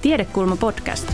Tiedekulma podcast.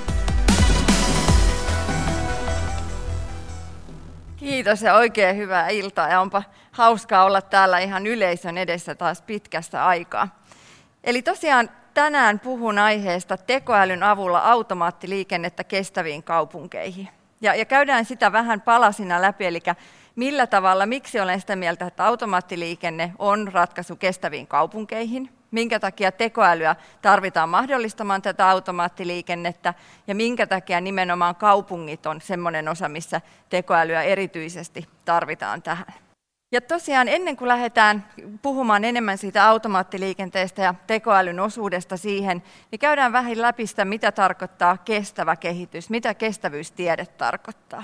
Kiitos ja oikein hyvää iltaa ja onpa hauskaa olla täällä ihan yleisön edessä taas pitkästä aikaa. Eli tosiaan tänään puhun aiheesta tekoälyn avulla automaattiliikennettä kestäviin kaupunkeihin. Ja käydään sitä vähän palasina läpi, eli millä tavalla, miksi olen sitä mieltä, että automaattiliikenne on ratkaisu kestäviin kaupunkeihin, minkä takia tekoälyä tarvitaan mahdollistamaan tätä automaattiliikennettä ja minkä takia nimenomaan kaupungit on semmoinen osa, missä tekoälyä erityisesti tarvitaan tähän. Ja tosiaan ennen kuin lähdetään puhumaan enemmän siitä automaattiliikenteestä ja tekoälyn osuudesta siihen, niin käydään vähän läpi sitä, mitä tarkoittaa kestävä kehitys, mitä kestävyystiede tarkoittaa.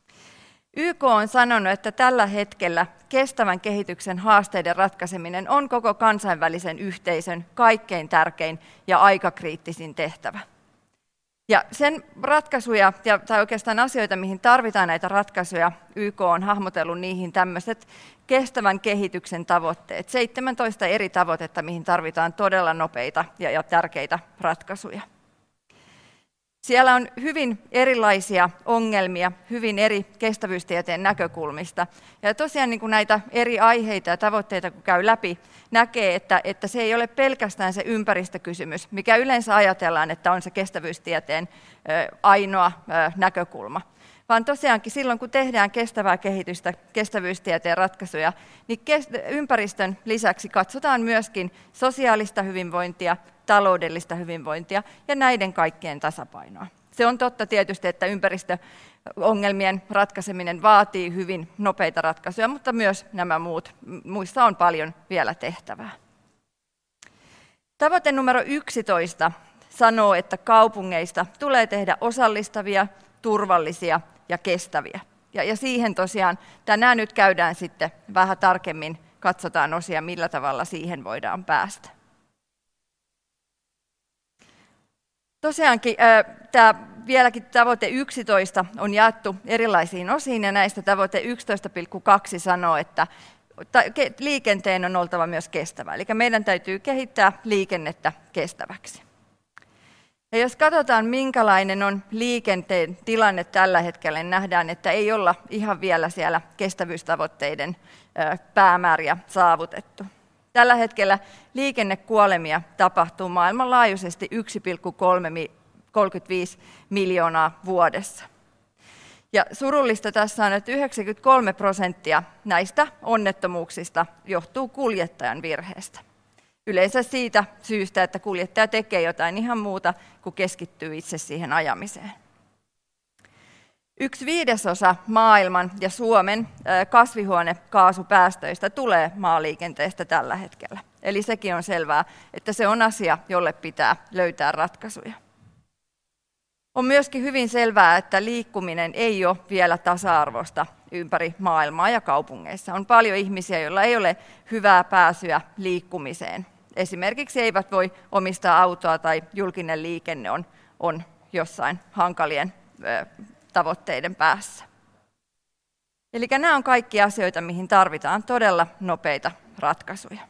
YK on sanonut, että tällä hetkellä kestävän kehityksen haasteiden ratkaiseminen on koko kansainvälisen yhteisön kaikkein tärkein ja aikakriittisin tehtävä. Ja sen ratkaisuja, tai oikeastaan asioita, mihin tarvitaan näitä ratkaisuja, YK on hahmotellut niihin tämmöiset kestävän kehityksen tavoitteet, 17 eri tavoitetta, mihin tarvitaan todella nopeita ja tärkeitä ratkaisuja. Siellä on hyvin erilaisia ongelmia, hyvin eri kestävyystieteen näkökulmista. Ja tosiaan niin kuin näitä eri aiheita ja tavoitteita, kun käy läpi, näkee, että se ei ole pelkästään se ympäristökysymys, mikä yleensä ajatellaan, että on se kestävyystieteen ainoa näkökulma. Vaan tosiaankin silloin, kun tehdään kestävää kehitystä, kestävyystieteen ratkaisuja, niin ympäristön lisäksi katsotaan myöskin sosiaalista hyvinvointia, taloudellista hyvinvointia ja näiden kaikkien tasapainoa. Se on totta tietysti, että ympäristöongelmien ratkaiseminen vaatii hyvin nopeita ratkaisuja, mutta myös nämä muissa on paljon vielä tehtävää. Tavoite numero 11 sanoo, että kaupungeista tulee tehdä osallistavia, turvallisia ja kestäviä. Ja siihen tosiaan tänään nyt käydään sitten vähän tarkemmin, katsotaan osia, millä tavalla siihen voidaan päästä. Tosiaankin tämä vieläkin tavoite 11 on jaettu erilaisiin osiin, ja näistä tavoite 11.2 sanoo, että liikenteen on oltava myös kestävä. Eli meidän täytyy kehittää liikennettä kestäväksi. Ja jos katsotaan, minkälainen on liikenteen tilanne tällä hetkellä, niin nähdään, että ei olla ihan vielä siellä kestävyystavoitteiden päämääriä saavutettu. Tällä hetkellä liikennekuolemia tapahtuu maailmanlaajuisesti 1,35 miljoonaa vuodessa. Ja surullista tässä on, että 93% näistä onnettomuuksista johtuu kuljettajan virheestä. Yleensä siitä syystä, että kuljettaja tekee jotain ihan muuta kuin keskittyy itse siihen ajamiseen. 1/5 maailman ja Suomen kasvihuonekaasupäästöistä tulee maaliikenteestä tällä hetkellä. Eli sekin on selvää, että se on asia, jolle pitää löytää ratkaisuja. On myöskin hyvin selvää, että liikkuminen ei ole vielä tasa-arvoista ympäri maailmaa ja kaupungeissa. On paljon ihmisiä, joilla ei ole hyvää pääsyä liikkumiseen. Esimerkiksi eivät voi omistaa autoa tai julkinen liikenne on jossain hankalien tavoitteiden päässä. Eli nämä on kaikki asioita, mihin tarvitaan todella nopeita ratkaisuja.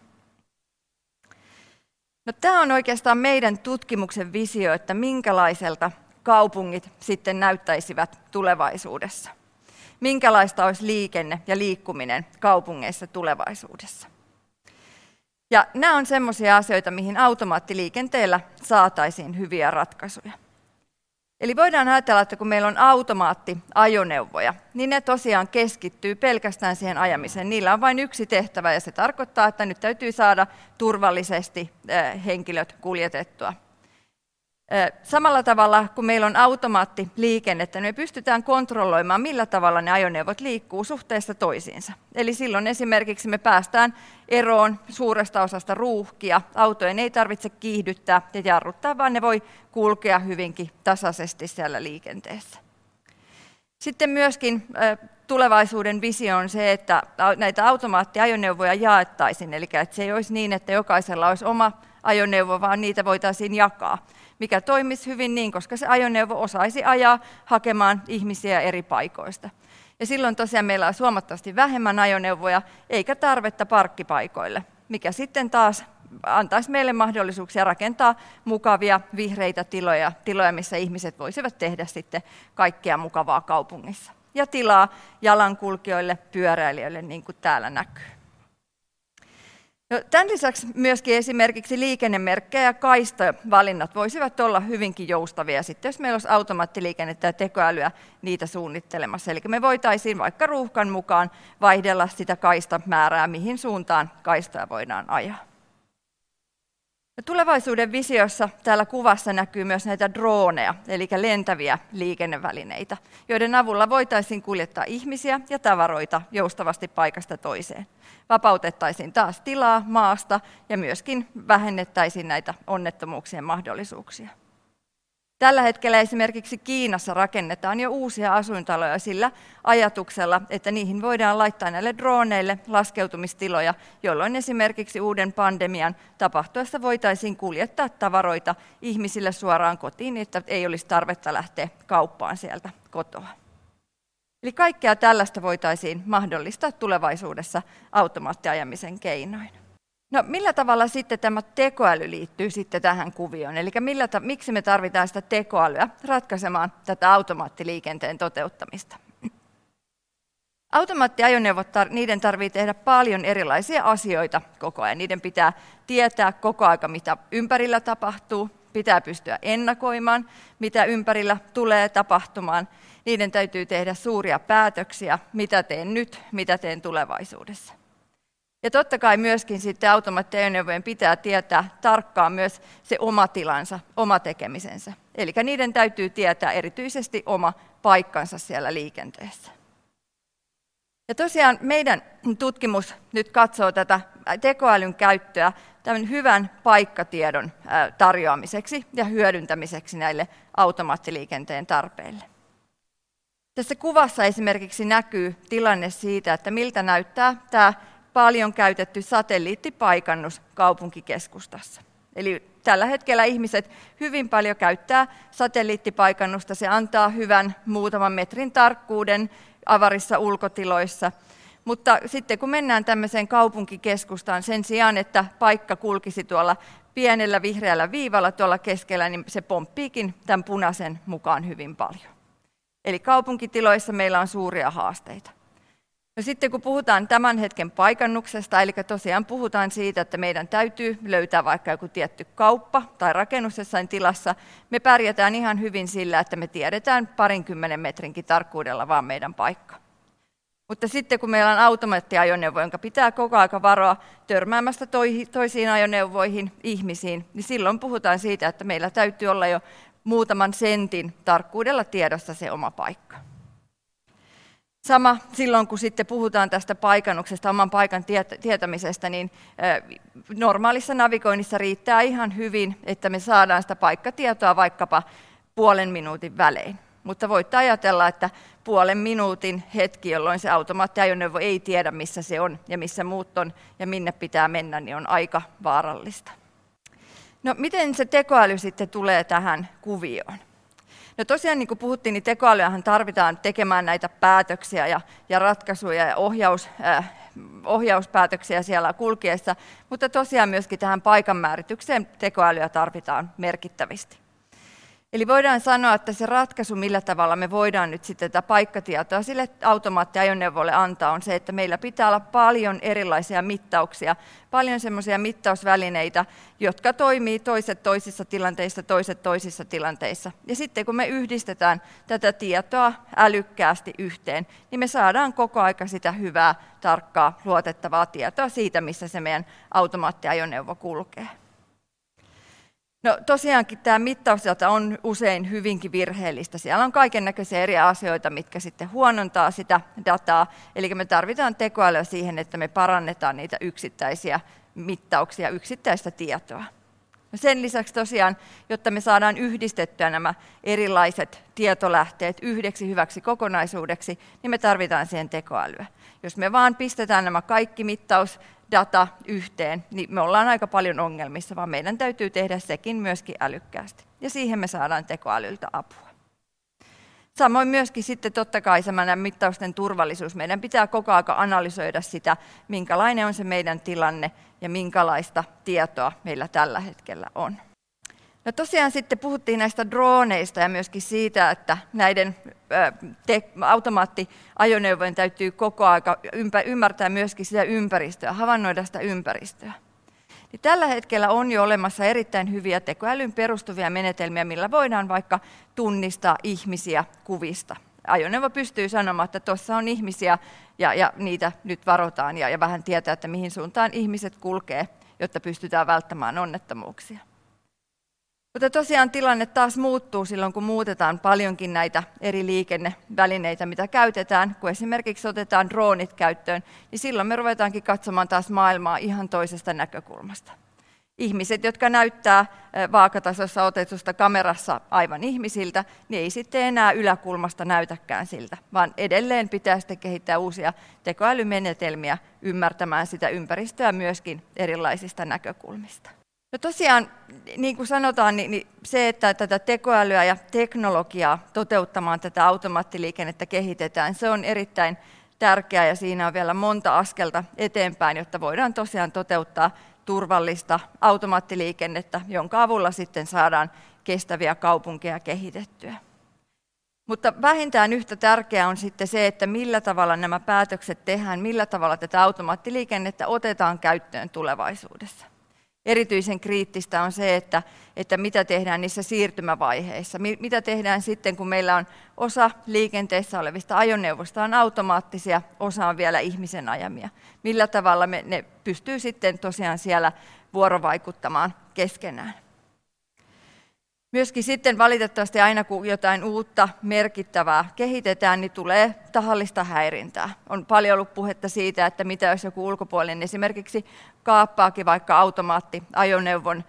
No, tämä on oikeastaan meidän tutkimuksen visio, että minkälaiselta kaupungit sitten näyttäisivät tulevaisuudessa. Minkälaista olisi liikenne ja liikkuminen kaupungeissa tulevaisuudessa. Ja nämä on semmoisia asioita, mihin automaattiliikenteellä saataisiin hyviä ratkaisuja. Eli voidaan ajatella, että kun meillä on automaattiajoneuvoja, niin ne tosiaan keskittyy pelkästään siihen ajamiseen. Niillä on vain yksi tehtävä ja se tarkoittaa, että nyt täytyy saada turvallisesti henkilöt kuljetettua. Samalla tavalla, kun meillä on automaattiliikennettä, niin me pystytään kontrolloimaan, millä tavalla ne ajoneuvot liikkuu suhteessa toisiinsa. Eli silloin esimerkiksi me päästään eroon suuresta osasta ruuhkia. Autojen ei tarvitse kiihdyttää ja jarruttaa, vaan ne voi kulkea hyvinkin tasaisesti siellä liikenteessä. Sitten myöskin tulevaisuuden visio on se, että näitä automaattiajoneuvoja jaettaisiin. Eli että se ei olisi niin, että jokaisella olisi oma ajoneuvo, vaan niitä voitaisiin jakaa. Mikä toimisi hyvin niin, koska se ajoneuvo osaisi ajaa hakemaan ihmisiä eri paikoista. Ja silloin tosiaan meillä on huomattavasti vähemmän ajoneuvoja, eikä tarvetta parkkipaikoille, mikä sitten taas antaisi meille mahdollisuuksia rakentaa mukavia vihreitä tiloja, missä ihmiset voisivat tehdä sitten kaikkea mukavaa kaupungissa. Ja tilaa jalankulkijoille, pyöräilijöille, niin kuin täällä näkyy. No, tämän lisäksi myöskin esimerkiksi liikennemerkkejä ja kaistavalinnat voisivat olla hyvinkin joustavia, sitten, jos meillä olisi automaattiliikennettä ja tekoälyä niitä suunnittelemassa. Eli me voitaisiin vaikka ruuhkan mukaan vaihdella sitä kaistamäärää, mihin suuntaan kaistoja voidaan ajaa. Ja tulevaisuuden visiossa täällä kuvassa näkyy myös näitä droneja, eli lentäviä liikennevälineitä, joiden avulla voitaisiin kuljettaa ihmisiä ja tavaroita joustavasti paikasta toiseen. Vapautettaisiin taas tilaa maasta ja myöskin vähennettäisiin näitä onnettomuuksien mahdollisuuksia. Tällä hetkellä esimerkiksi Kiinassa rakennetaan jo uusia asuintaloja sillä ajatuksella, että niihin voidaan laittaa näille droneille laskeutumistiloja, jolloin esimerkiksi uuden pandemian tapahtuessa voitaisiin kuljettaa tavaroita ihmisille suoraan kotiin, niin että ei olisi tarvetta lähteä kauppaan sieltä kotoa. Eli kaikkea tällaista voitaisiin mahdollistaa tulevaisuudessa automaattiajamisen keinoin. No millä tavalla sitten tämä tekoäly liittyy sitten tähän kuvioon? Eli miksi me tarvitaan sitä tekoälyä ratkaisemaan tätä automaattiliikenteen toteuttamista? Automaattiajoneuvot, niiden tarvitsee tehdä paljon erilaisia asioita koko ajan. Niiden pitää tietää koko aika, mitä ympärillä tapahtuu, pitää pystyä ennakoimaan, mitä ympärillä tulee tapahtumaan. Niiden täytyy tehdä suuria päätöksiä, mitä teen nyt, mitä teen tulevaisuudessa. Ja totta kai myöskin sitten automaattiajoneuvojen pitää tietää tarkkaan myös se oma tilansa, oma tekemisensä. Eli niiden täytyy tietää erityisesti oma paikkansa siellä liikenteessä. Ja tosiaan meidän tutkimus nyt katsoo tätä tekoälyn käyttöä tämän hyvän paikkatiedon tarjoamiseksi ja hyödyntämiseksi näille automaattiliikenteen tarpeille. Tässä kuvassa esimerkiksi näkyy tilanne siitä, että miltä näyttää tämä paljon käytetty satelliittipaikannus kaupunkikeskustassa. Eli tällä hetkellä ihmiset hyvin paljon käyttää satelliittipaikannusta. Se antaa hyvän muutaman metrin tarkkuuden avarissa ulkotiloissa. Mutta sitten kun mennään tämmöiseen kaupunkikeskustaan, sen sijaan, että paikka kulkisi tuolla pienellä vihreällä viivalla tuolla keskellä, niin se pomppiikin tämän punaisen mukaan hyvin paljon. Eli kaupunkitiloissa meillä on suuria haasteita. No sitten kun puhutaan tämän hetken paikannuksesta, eli tosiaan puhutaan siitä, että meidän täytyy löytää vaikka joku tietty kauppa tai rakennus jossain tilassa, me pärjätään ihan hyvin sillä, että me tiedetään 20 metrinkin tarkkuudella vaan meidän paikka. Mutta sitten kun meillä on automaattiajoneuvo, jonka pitää koko aika varoa törmäämästä toisiin ajoneuvoihin, ihmisiin, niin silloin puhutaan siitä, että meillä täytyy olla jo muutaman sentin tarkkuudella tiedossa se oma paikka. Sama silloin, kun sitten puhutaan tästä paikannuksesta, oman paikan tietämisestä, niin normaalissa navigoinnissa riittää ihan hyvin, että me saadaan sitä paikkatietoa vaikkapa puolen minuutin välein. Mutta voitte ajatella, että puolen minuutin hetki, jolloin se automaattiajoneuvo ei tiedä, missä se on ja missä muut on ja minne pitää mennä, niin on aika vaarallista. No miten se tekoäly sitten tulee tähän kuvioon? No tosiaan, niin kuin puhuttiin, niin tekoälyähän tarvitaan tekemään näitä päätöksiä ja ratkaisuja ja ohjauspäätöksiä siellä kulkiessa, mutta tosiaan myöskin tähän paikan määritykseen tekoälyä tarvitaan merkittävästi. Eli voidaan sanoa, että se ratkaisu, millä tavalla me voidaan nyt sitten tätä paikkatietoa sille automaattiajoneuvolle antaa, on se, että meillä pitää olla paljon erilaisia mittauksia, paljon semmoisia mittausvälineitä, jotka toimii toiset toisissa tilanteissa, toiset toisissa tilanteissa. Ja sitten kun me yhdistetään tätä tietoa älykkäästi yhteen, niin me saadaan koko aika sitä hyvää, tarkkaa, luotettavaa tietoa siitä, missä se meidän automaattiajoneuvo kulkee. No tosiaankin tämä mittausdata on usein hyvinkin virheellistä. Siellä on kaikennäköisiä eri asioita, mitkä sitten huonontaa sitä dataa. Eli me tarvitaan tekoälyä siihen, että me parannetaan niitä yksittäisiä mittauksia, yksittäistä tietoa. No sen lisäksi tosiaan, jotta me saadaan yhdistettyä nämä erilaiset tietolähteet yhdeksi hyväksi kokonaisuudeksi, niin me tarvitaan siihen tekoälyä. Jos me vaan pistetään nämä kaikki mittausdata yhteen, niin me ollaan aika paljon ongelmissa, vaan meidän täytyy tehdä sekin myöskin älykkäästi. Ja siihen me saadaan tekoälyltä apua. Samoin myöskin sitten totta kai semmoinen mittausten turvallisuus. Meidän pitää koko ajan analysoida sitä, minkälainen on se meidän tilanne ja minkälaista tietoa meillä tällä hetkellä on. No tosiaan sitten puhuttiin näistä droneista ja myöskin siitä, että näiden automaattiajoneuvojen täytyy koko ajan ymmärtää myöskin sitä ympäristöä, havainnoida sitä ympäristöä. Niin tällä hetkellä on jo olemassa erittäin hyviä tekoälyyn perustuvia menetelmiä, millä voidaan vaikka tunnistaa ihmisiä kuvista. Ajoneuvo pystyy sanomaan, että tuossa on ihmisiä ja niitä nyt varotaan ja vähän tietää, että mihin suuntaan ihmiset kulkee, jotta pystytään välttämään onnettomuuksia. Mutta tosiaan tilanne taas muuttuu silloin, kun muutetaan paljonkin näitä eri liikennevälineitä, mitä käytetään. Kun esimerkiksi otetaan droonit käyttöön, niin silloin me ruvetaankin katsomaan taas maailmaa ihan toisesta näkökulmasta. Ihmiset, jotka näyttää vaakatasossa otetusta kamerassa aivan ihmisiltä, niin ei sitten enää yläkulmasta näytäkään siltä, vaan edelleen pitää sitten kehittää uusia tekoälymenetelmiä ymmärtämään sitä ympäristöä myöskin erilaisista näkökulmista. No tosiaan, niin kuin sanotaan, niin se, että tätä tekoälyä ja teknologiaa toteuttamaan tätä automaattiliikennettä kehitetään, se on erittäin tärkeää ja siinä on vielä monta askelta eteenpäin, jotta voidaan tosiaan toteuttaa turvallista automaattiliikennettä, jonka avulla sitten saadaan kestäviä kaupunkeja kehitettyä. Mutta vähintään yhtä tärkeää on sitten se, että millä tavalla nämä päätökset tehdään, millä tavalla tätä automaattiliikennettä otetaan käyttöön tulevaisuudessa. Erityisen kriittistä on se, että mitä tehdään niissä siirtymävaiheissa. Mitä tehdään sitten, kun meillä on osa liikenteessä olevista ajoneuvoista on automaattisia, osa on vielä ihmisen ajamia. Millä tavalla ne pystyy sitten tosiaan siellä vuorovaikuttamaan keskenään. Myöskin sitten valitettavasti aina kun jotain uutta merkittävää kehitetään, niin tulee tahallista häirintää. On paljon ollut puhetta siitä, että mitä jos joku ulkopuolinen esimerkiksi kaappaakin vaikka automaattiajoneuvon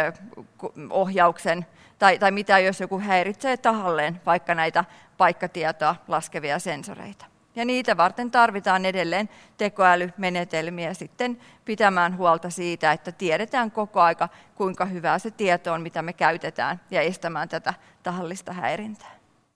ohjauksen, tai mitä jos joku häiritsee tahalleen vaikka näitä paikkatietoa laskevia sensoreita. Ja niitä varten tarvitaan edelleen tekoälymenetelmiä sitten pitämään huolta siitä, että tiedetään koko aika, kuinka hyvää se tieto on, mitä me käytetään, ja estämään tätä tahallista häirintää.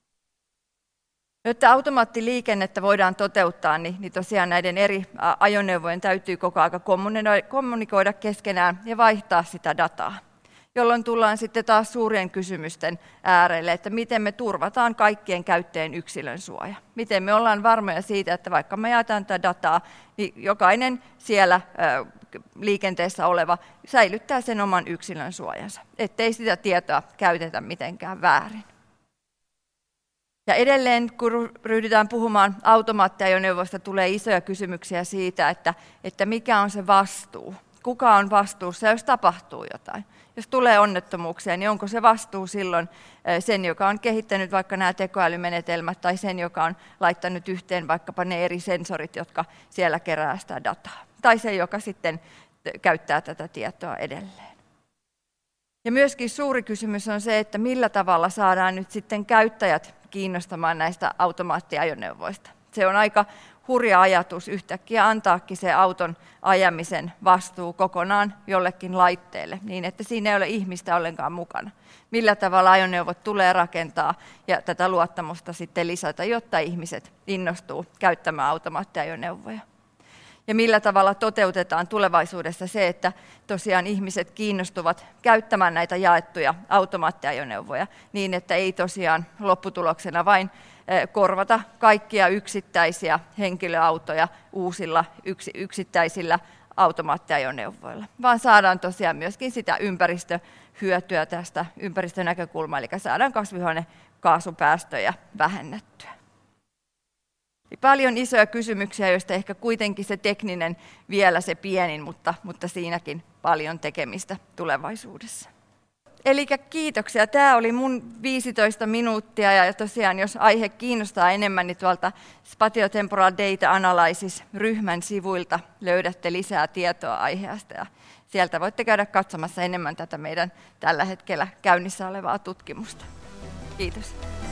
Jotta automaattiliikennettä voidaan toteuttaa, niin tosiaan näiden eri ajoneuvojen täytyy koko aika kommunikoida keskenään ja vaihtaa sitä dataa, jolloin tullaan sitten taas suurien kysymysten äärelle, että miten me turvataan kaikkien käyttäjien yksilön suoja. Miten me ollaan varmoja siitä, että vaikka me jaetaan tätä dataa, niin jokainen siellä liikenteessä oleva säilyttää sen oman yksilön suojansa, ettei sitä tietoa käytetä mitenkään väärin. Ja edelleen, kun ryhdytään puhumaan automaattiajoneuvoista, tulee isoja kysymyksiä siitä, että mikä on se vastuu. Kuka on vastuussa, jos tapahtuu jotain? Jos tulee onnettomuuksia, niin onko se vastuu silloin sen, joka on kehittänyt vaikka nämä tekoälymenetelmät, tai sen, joka on laittanut yhteen vaikkapa ne eri sensorit, jotka siellä kerää sitä dataa, tai se, joka sitten käyttää tätä tietoa edelleen. Ja myöskin suuri kysymys on se, että millä tavalla saadaan nyt sitten käyttäjät kiinnostamaan näistä automaattiajoneuvoista. Se on aika hurja ajatus yhtäkkiä antaakin se auton ajamisen vastuu kokonaan jollekin laitteelle, niin että siinä ei ole ihmistä ollenkaan mukana. Millä tavalla ajoneuvot tulee rakentaa ja tätä luottamusta sitten lisätä, jotta ihmiset innostuu käyttämään automaattiajoneuvoja. Ja millä tavalla toteutetaan tulevaisuudessa se, että tosiaan ihmiset kiinnostuvat käyttämään näitä jaettuja automaattiajoneuvoja niin, että ei tosiaan lopputuloksena vain korvata kaikkia yksittäisiä henkilöautoja uusilla yksittäisillä automaattiajoneuvoilla, vaan saadaan tosiaan myöskin sitä ympäristöhyötyä tästä ympäristönäkökulmaa, eli saadaan kasvihuonekaasupäästöjä vähennettyä. Paljon isoja kysymyksiä, joista ehkä kuitenkin se tekninen vielä se pienin, mutta siinäkin paljon tekemistä tulevaisuudessa. Eli kiitoksia. Tämä oli mun 15 minuuttia ja tosiaan jos aihe kiinnostaa enemmän, niin tuolta Spatiotemporal Data Analysis-ryhmän sivuilta löydätte lisää tietoa aiheesta ja sieltä voitte käydä katsomassa enemmän tätä meidän tällä hetkellä käynnissä olevaa tutkimusta. Kiitos.